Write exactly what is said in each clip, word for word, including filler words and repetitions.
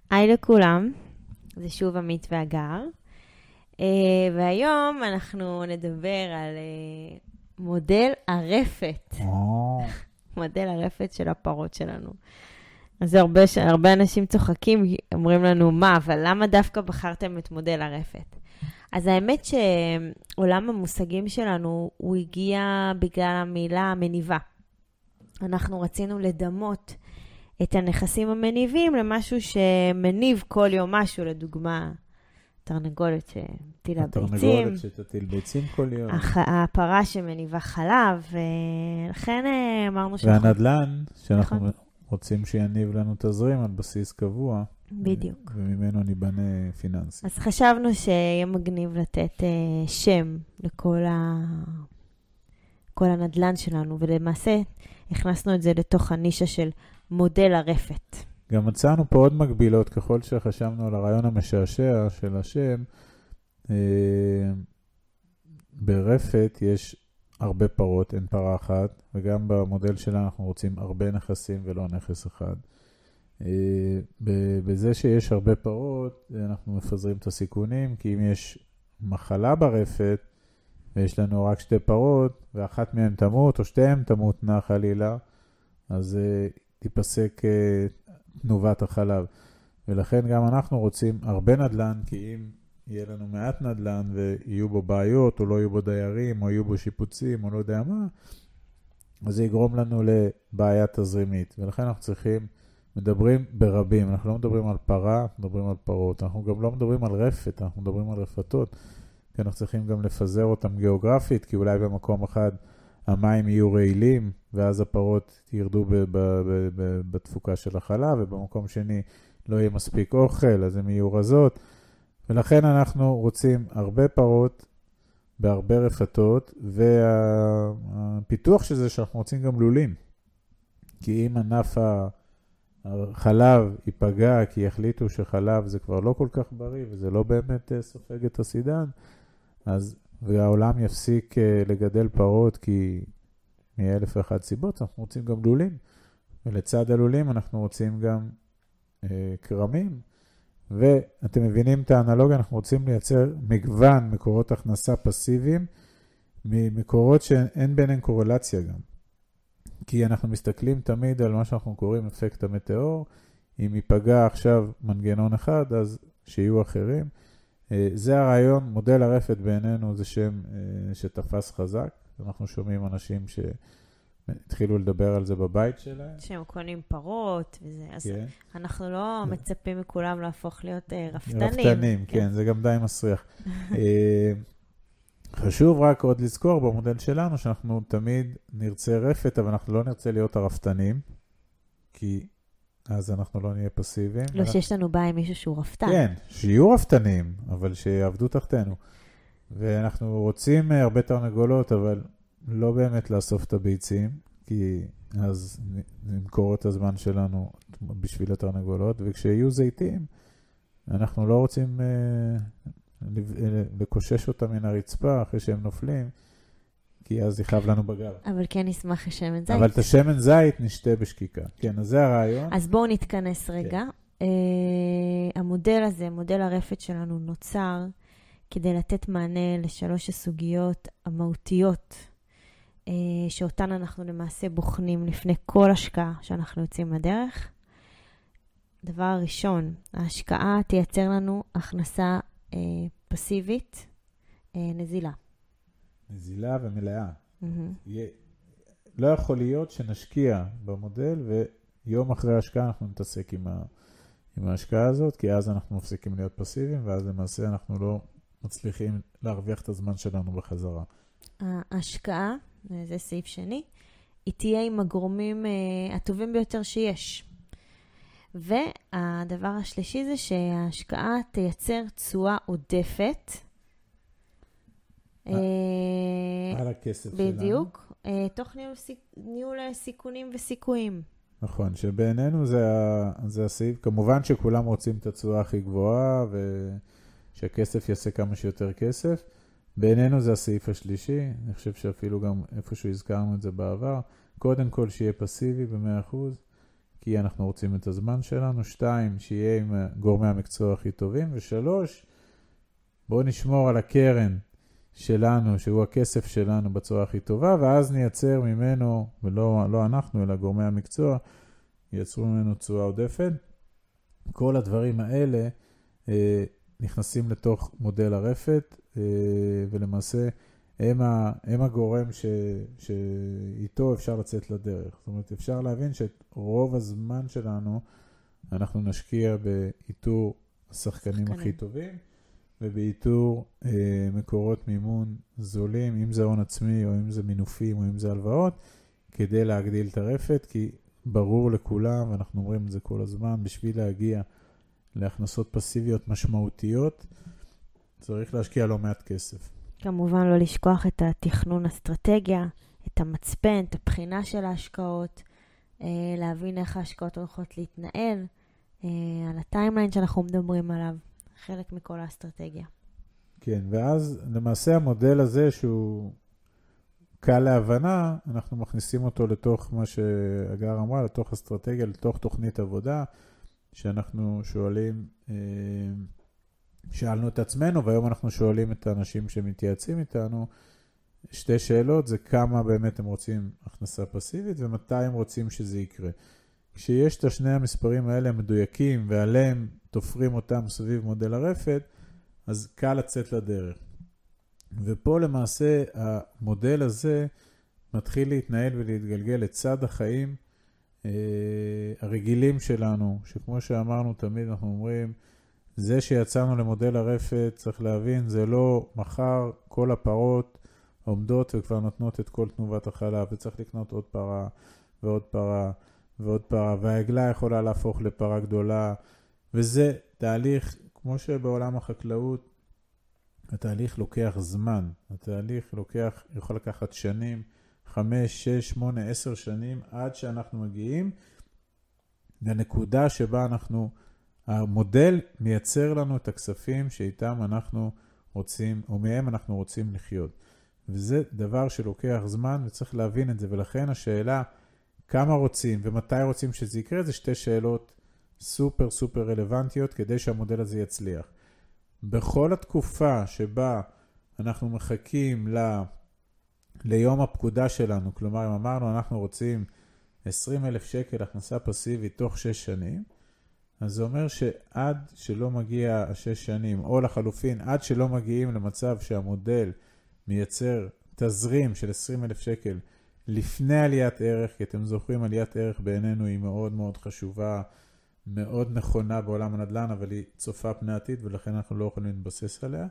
היי לכולם, זה שוב עמית והגר, uh, והיום אנחנו נדבר על uh, מודל הרפת, Oh. מודל הרפת של הפרות שלנו. אז הרבה, הרבה אנשים צוחקים, אומרים לנו מה, אבל למה דווקא בחרתם את מודל הרפת? אז האמת שעולם המושגים שלנו הוא הגיע בגלל המילה מניבה. אנחנו רצינו לדמות את הנכסים המניבים למשהו שמניב כל יום משהו, לדוגמה, תרנגולת שתילה ביצים. התרנגולת שתטיל ביצים כל יום. הפרה שמניבה חלב, ולכן אמרנו ש... והנדלן, שאנחנו נכון. רוצים שיניב לנו תזרים על בסיס קבוע. בדיוק. וממנו ניבנה פיננסי. אז חשבנו שיהיה מגניב לתת שם לכל ה... כל הנדלן שלנו, ולמעשה הכנסנו את זה לתוך הנישה של מודל הרפת. גם מצאנו פה עוד מקבילות, ככל שחשבנו על הרעיון המשעשע של השם. אה, ברפת יש הרבה פרות, אין פרה אחת, וגם במודל שלנו אנחנו רוצים הרבה נכסים ולא נכס אחד. אה, בזה שיש הרבה פרות, אנחנו מפזרים את הסיכונים, כי אם יש מחלה ברפת, ויש לנו רק שתי פרות, ואחת מהן תמות, או שתיהן תמות נע חלילה, אז uh, תיפסק uh, תנובת החלב. ולכן גם אנחנו רוצים הרבה נדלן, כי אם יהיה לנו מעט נדלן, ויהיו בו בעיות, או לא יהיו בו דיירים, או יהיו בו שיפוצים, או לא יודע מה, אז זה יגרום לנו לבעיה תזרימית. ולכן אנחנו צריכים, מדברים ברבים, אנחנו לא מדברים על פרה, מדברים על פרות. אנחנו גם לא מדברים על רפת, אנחנו מדברים על רפתות. כי אנחנו צריכים גם לפזר אותם גיאוגרפית, כי אולי במקום אחד המים יהיו רעילים, ואז הפרות ירדו ב- ב- ב- ב- בתפוקה של החלב, ובמקום שני לא יהיה מספיק אוכל, אז הן יהיו רזות. ולכן אנחנו רוצים הרבה פרות בהרבה רפתות, והפיתוח של זה שאנחנו רוצים גם לולים. כי אם ענף החלב ייפגע, כי יחליטו שחלב זה כבר לא כל כך בריא, וזה לא באמת סופג את הסידן, אז, והעולם יפסיק uh, לגדל פרות כי מאלף ואחת סיבות, אנחנו רוצים גם לולים. ולצד הלולים אנחנו רוצים גם uh, קרמים. ואתם מבינים את האנלוגיה, אנחנו רוצים לייצר מגוון מקורות הכנסה פסיביים, ממקורות שאין ביניהם קורלציה גם. כי אנחנו מסתכלים תמיד על מה שאנחנו קוראים אפקט המטאור. אם ייפגע עכשיו מנגנון אחד, אז שיהיו אחרים. זה הרעיון, מודל הרפת בעינינו זה שם שתפס חזק. אנחנו שומעים אנשים שהתחילו לדבר על זה בבית שלהם. שהם קונים פרות וזה. אז כן. אנחנו לא מצפים מכולם להפוך להיות רפתנים. רפתנים, כן, כן, זה גם די מסריח. חשוב רק עוד לזכור במודל שלנו שאנחנו תמיד נרצה רפת, אבל אנחנו לא נרצה להיות הרפתנים, כי אז אנחנו לא נהיה פסיביים. לא שיש לנו בעיה עם מישהו שהוא רפתן. כן, שיהיו רפתנים, אבל שיעבדו תחתנו. ואנחנו רוצים הרבה תרנגולות, אבל לא באמת לאסוף את הביצים, כי אז נמכור את הזמן שלנו בשביל התרנגולות, וכשיהיו זיתים, אנחנו לא רוצים לקושש אותם מן הרצפה אחרי שהם נופלים, כי אז יכאב לנו בגב. אבל כן נשמח לשמן זית. אבל את השמן זית נשתה בשקיקה. כן, אז זה הרעיון. אז בואו נתכנס רגע. כן. Uh, המודל הזה, מודל הרפת שלנו נוצר כדי לתת מענה לשלוש הסוגיות המהותיות, uh, שאותן אנחנו למעשה בוחנים לפני כל השקעה שאנחנו יוצאים לדרך. דבר הראשון, ההשקעה תייצר לנו הכנסה uh, פסיבית, uh, נזילה. נזילה ומלאה. Mm-hmm. יהיה, לא יכול להיות שנשקיע במודל, ויום אחרי ההשקעה אנחנו נתעסק עם, ה, עם ההשקעה הזאת, כי אז אנחנו מפסיקים להיות פסיביים, ואז למעשה אנחנו לא מצליחים להרוויח את הזמן שלנו בחזרה. ההשקעה, זה סעיף שני, היא תהיה עם הגורמים uh, הטובים ביותר שיש. והדבר השלישי זה שההשקעה תייצר תשואה עודפת, על הכסף שלנו. בדיוק, תוך ניהול סיכונים וסיכויים. נכון, שבעינינו זה הסעיף, כמובן שכולם רוצים את התשואה הכי גבוהה, ושהכסף יעשה כמה שיותר כסף. בעינינו זה הסעיף השלישי, אני חושב שאפילו גם איפשהו הזכרנו את זה בעבר, קודם כל שיהיה פסיבי ב-מאה אחוז, כי אנחנו רוצים את הזמן שלנו, שתיים, שיהיה עם גורמי המקצוע הכי טובים, ושלוש, בואו נשמור על הקרן שלנו, שהוא הכסף שלנו בצורה הכי טובה, ואז נייצר ממנו, ולא לא אנחנו, אלא גורמי המקצוע, ייצרו ממנו תשואה עודפת. כל הדברים האלה אה, נכנסים לתוך מודל הרפת, אה, ולמעשה הם, ה, הם הגורם ש, שאיתו אפשר לצאת לדרך. זאת אומרת, אפשר להבין שרוב הזמן שלנו אנחנו נשקיע באיתור השחקנים שחקנים. הכי טובים, ובאיתור אה, מקורות מימון זולים, אם זה הון עצמי, או אם זה מינופים, או אם זה הלוואות, כדי להגדיל את הרפת, כי ברור לכולם, ואנחנו אומרים את זה כל הזמן, בשביל להגיע להכנסות פסיביות משמעותיות, צריך להשקיע לא מעט כסף. כמובן לא לשכוח את התכנון אסטרטגיה, את המצפן, את הבחינה של ההשקעות, אה, להבין איך ההשקעות הולכות להתנהל, אה, על הטיימליין שאנחנו מדברים עליו. חלק מכל האסטרטגיה. כן, ואז למעשה המודל הזה שהוא קל להבנה, אנחנו מכניסים אותו לתוך מה שאגר אמרה, לתוך אסטרטגיה, לתוך תוכנית עבודה, שאנחנו שואלים, שאלנו את עצמנו, והיום אנחנו שואלים את האנשים שמתייעצים איתנו, שתי שאלות, זה כמה באמת הם רוצים הכנסה פסיבית, ומתי הם רוצים שזה יקרה. כשיש את השני המספרים האלה מדויקים, ועליהם תופרים אותם סביב מודל הרפת, אז קל לצאת לדרך. ופה למעשה המודל הזה מתחיל להתנהל ולהתגלגל לצד החיים אה, הרגילים שלנו, שכמו שאמרנו תמיד אנחנו אומרים, זה שיצאנו למודל הרפת, צריך להבין, זה לא מחר כל הפרות עומדות וכבר נותנות את כל תנובת החלב, וצריך לקנות עוד פרה ועוד פרה ועוד פרה, והעגלה יכולה להפוך לפרה גדולה, וזה תהליך, כמו שבעולם החקלאות, התהליך לוקח זמן, התהליך לוקח, יכול לקחת שנים, חמש, שש, שמונה, עשר שנים, עד שאנחנו מגיעים לנקודה שבה אנחנו, המודל מייצר לנו את הכספים שאיתם אנחנו רוצים, או מהם אנחנו רוצים לחיות. וזה דבר שלוקח זמן וצריך להבין את זה, ולכן השאלה כמה רוצים ומתי רוצים שזה יקרה, זה שתי שאלות סופר סופר רלוונטיות כדי שהמודל הזה יצליח. בכל התקופה שבה אנחנו מחכים ל... ליום הפקודה שלנו, כלומר אם אמרנו אנחנו רוצים עשרים אלף שקל הכנסה פסיבית תוך שש שנים, אז זה אומר שעד שלא מגיע השש שנים, או לחלופין עד שלא מגיעים למצב שהמודל מייצר תזרים של עשרים אלף שקל לפני עליית ערך, כי אתם זוכרים עליית ערך בעינינו היא מאוד מאוד חשובה, מאוד נכונה בעולם הנדל"ן, אבל היא צופה פני עתיד ולכן אנחנו לא יכולים להתבסס עליה.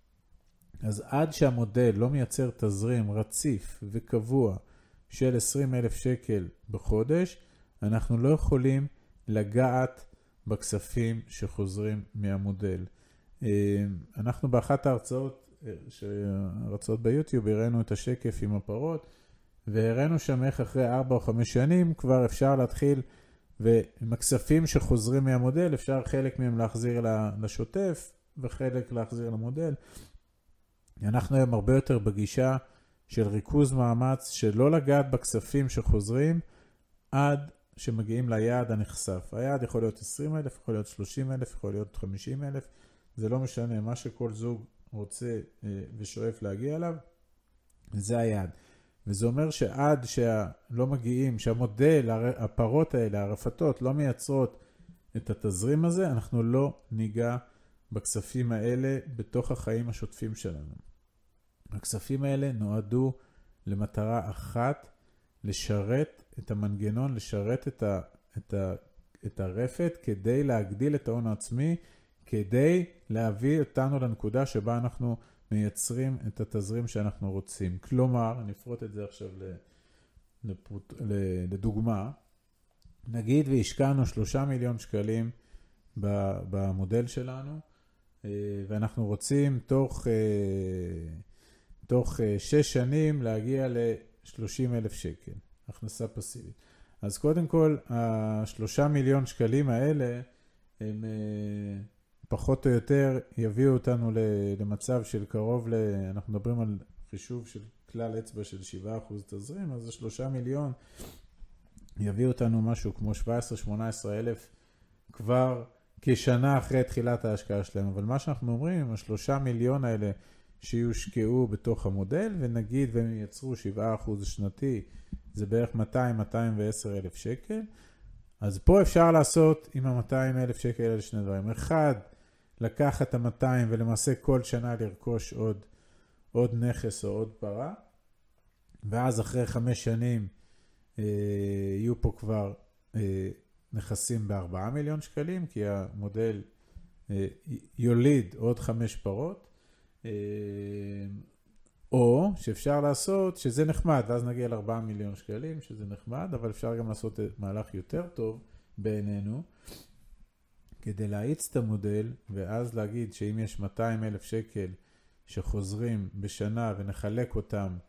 אז עד שהמודל לא מייצר תזרים רציף וקבוע של עשרים אלף שקל בחודש, אנחנו לא יכולים לגעת בכספים שחוזרים מהמודל. אנחנו באחת ההרצאות, הרצאות ביוטיוב, הראינו את השקף עם הפרות, והראינו שם איך אחרי ארבע או חמש שנים כבר אפשר להתחיל, ועם הכספים שחוזרים מהמודל, אפשר חלק מהם להחזיר לשוטף, וחלק להחזיר למודל. אנחנו היום הרבה יותר בגישה של ריכוז מאמץ, שלא לגעת בכספים שחוזרים, עד שמגיעים ליעד הנחשף. היעד יכול להיות עשרים אלף, יכול להיות שלושים אלף, יכול להיות חמישים אלף, זה לא משנה, מה שכל זוג רוצה ושואף להגיע אליו, זה היעד. וזה אומר שעד שלא מגיעים, שהמודל, הפרות האלה, הרפתות, לא מייצרות את התזרים הזה, אנחנו לא ניגע בכספים האלה בתוך החיים השוטפים שלנו. הכספים האלה נועדו למטרה אחת, לשרת את המנגנון, לשרת את, ה, את, ה, את הרפת, כדי להגדיל את ההון העצמי, כדי להביא אותנו לנקודה שבה אנחנו מייצרים את התזרים שאנחנו רוצים. כלומר, אני אפרוט את זה עכשיו לפרוט, לדוגמה, נגיד והשקענו שלושה מיליון שקלים במודל שלנו, ואנחנו רוצים תוך, תוך שש שנים להגיע ל-שלושים אלף שקל, הכנסה פסיבית. אז קודם כל, השלושה מיליון שקלים האלה, הם פחות או יותר יביאו אותנו למצב של קרוב ל... אנחנו מדברים על חישוב של כלל אצבע של שבעה אחוז תזרים, אז זה שלושה מיליון יביא אותנו משהו כמו שבע עשרה שמונה עשרה אלף כבר כשנה אחרי תחילת ההשקעה שלהם. אבל מה שאנחנו אומרים, השלושה מיליון האלה שיושקעו בתוך המודל, ונגיד והם ייצרו שבעה אחוז שנתי, זה בערך מאתיים עד מאתיים ועשר אלף שקל. אז פה אפשר לעשות עם ה-מאתיים אלף שקל האלה שני דברים. אחד, לקחת ה-מאתיים ולמעשה כל שנה לרכוש עוד, עוד נכס או עוד פרה, ואז אחרי חמש שנים אה, יהיו פה כבר אה, נכסים בארבעה מיליון שקלים, כי המודל אה, יוליד עוד חמש פרות, אה, או שאפשר לעשות, שזה נחמד, ואז נגיע ל-ארבעה מיליון שקלים, שזה נחמד, אבל אפשר גם לעשות מהלך יותר טוב בעינינו, כדי להאיץ את המודל, ואז להגיד שאם יש מאתיים אלף שקל שחוזרים בשנה ונחלק אותם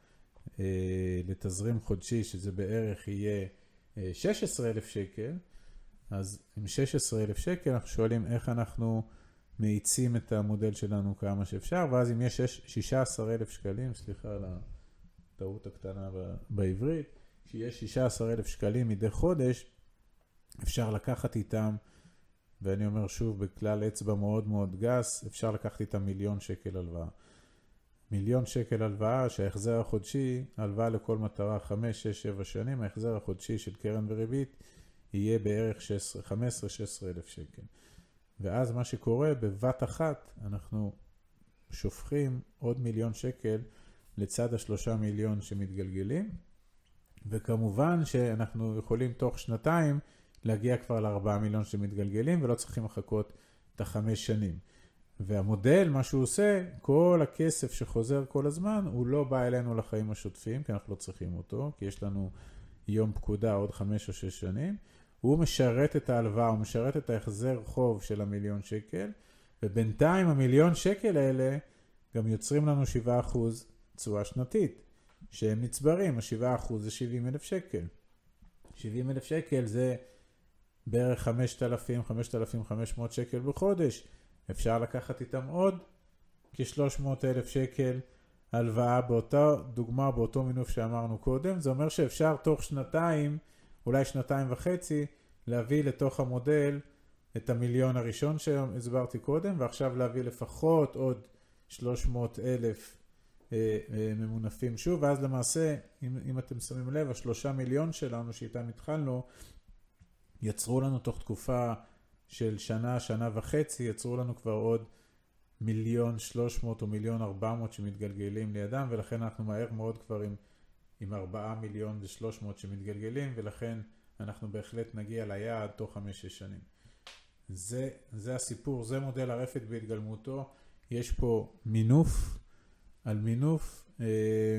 אה, לתזרים חודשי, שזה בערך יהיה אה, שש עשרה אלף שקל, אז עם שש עשרה אלף שקל אנחנו שואלים איך אנחנו מאיצים את המודל שלנו כמה שאפשר, ואז אם יש שישה עשר אלף שקלים, סליחה על הטעות הקטנה בעברית, שיש שישה עשר אלף שקלים מדי חודש, אפשר לקחת איתם, ואני אומר שוב בכלל אצבע מאוד מאוד גס, אפשר לקחת איתם מיליון שקל הלוואה. מיליון שקל הלוואה שההחזר החודשי, הלוואה לכל מטרה חמש, שש, שבע שנים, ההחזר החודשי של קרן וריבית יהיה בערך חמש עשרה שש עשרה אלף שקל. ואז מה שקורה בבת אחת, אנחנו שופכים עוד מיליון שקל לצד השלושה מיליון שמתגלגלים, וכמובן שאנחנו יכולים תוך שנתיים להגיע כבר לארבעה מיליון שמתגלגלים, ולא צריכים לחכות את החמש שנים. והמודל, מה שהוא עושה, כל הכסף שחוזר כל הזמן, הוא לא בא אלינו לחיים השוטפים, כי אנחנו לא צריכים אותו, כי יש לנו יום פקודה עוד חמש או שש שנים, הוא משרת את ההלוואה, הוא משרת את ההחזר חוב של המיליון שקל, ובינתיים המיליון שקל האלה גם יוצרים לנו שבעה אחוז תשואה שנתית, שהם נצברים, ה-שבעה אחוז זה שבעים אלף שקל. שבעים אלף שקל זה בערך חמשת אלפים, חמשת אלפים וחמש מאות שקל בחודש. אפשר לקחת איתם עוד כ-שלוש מאות אלף שקל הלוואה באותה דוגמה, באותו מינוף שאמרנו קודם. זה אומר שאפשר תוך שנתיים, אולי שנתיים וחצי, להביא לתוך המודל את המיליון הראשון שהסברתי קודם, ועכשיו להביא לפחות עוד שלוש מאות אלף אה, אה, ממונפים שוב, ואז למעשה, אם, אם אתם שמים לב, השלושה מיליון שלנו שאיתם התחלנו, יצרו לנו תוך תקופה של שנה, שנה וחצי, יצרו לנו כבר עוד מיליון שלוש מאות או מיליון ארבע מאות שמתגלגלים לידם, ולכן אנחנו מהר מאוד כבר עם, עם ארבעה מיליון ושלוש מאות שמתגלגלים, ולכן אנחנו בהחלט נגיע ליעד תוך חמש שש שנים. זה, זה הסיפור, זה מודל הרפת בהתגלמותו. יש פה מינוף על מינוף. אה,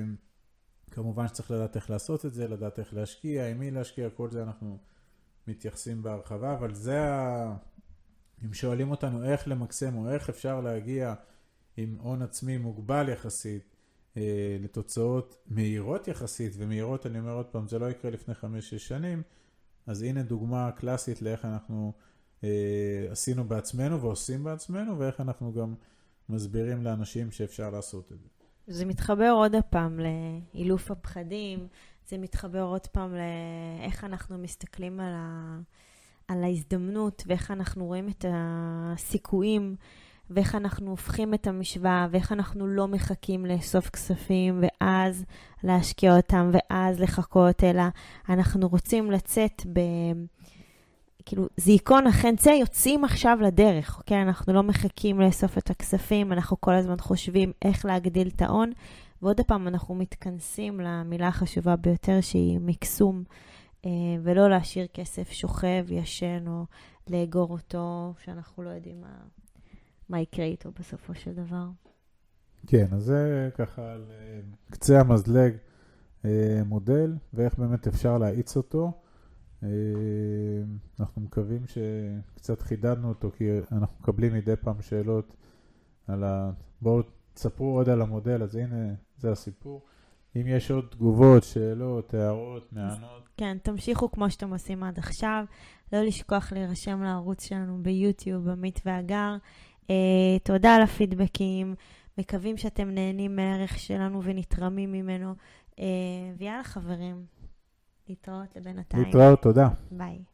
כמובן שצריך לדעת איך לעשות את זה, לדעת איך להשקיע, עם מי להשקיע, כל זה אנחנו מתייחסים בהרחבה, אבל זה ה... אם שואלים אותנו איך למקסם או איך אפשר להגיע עם הון עצמי מוגבל יחסית אה, לתוצאות מהירות יחסית, ומהירות אני אומר עוד פעם, זה לא יקרה לפני חמש שש שנים, אז הנה דוגמה קלאסית לאיך אנחנו אה, עשינו בעצמנו ועושים בעצמנו, ואיך אנחנו גם מסבירים לאנשים שאפשר לעשות את זה. זה מתחבר עוד הפעם לאילוף הפחדים, זה מתחבר עוד פעם לאיך אנחנו מסתכלים על, ה... על ההזדמנות, ואיך אנחנו רואים את הסיכויים, ואיך אנחנו הופכים את המשוואה, ואיך אנחנו לא מחכים לאסוף כספים, ואז להשקיע אותם, ואז לחכות, אלא אנחנו רוצים לצאת ב... כאילו, זיכרון אכן צא, יוצאים עכשיו לדרך, אוקיי? אנחנו לא מחכים לאסוף את הכספים, אנחנו כל הזמן חושבים איך להגדיל את ההון, ועוד הפעם אנחנו מתכנסים למילה החשובה ביותר שהיא מקסום, ולא להשאיר כסף שוכב, ישן, או לאגור אותו, שאנחנו לא יודעים מה, מה יקרה איתו בסופו של דבר. כן, אז זה ככה על קצה המזלג מודל, ואיך באמת אפשר להאיץ אותו. אנחנו מקווים שקצת חידדנו אותו, כי אנחנו מקבלים מדי פעם שאלות על ה... בואו תספרו עוד על המודל, אז הנה, זה הסיפור. אם יש עוד תגובות, שאלות, הערות, מענות. כן, תמשיכו כמו שאתם עושים עד עכשיו. לא לשכוח להירשם לערוץ שלנו ביוטיוב, עמית ואגר. אה, תודה על הפידבקים. מקווים שאתם נהנים מהערך שלנו ונתרמים ממנו. אה, ויאללה חברים, להתראות לבינתיים. להתראות, תודה. ביי.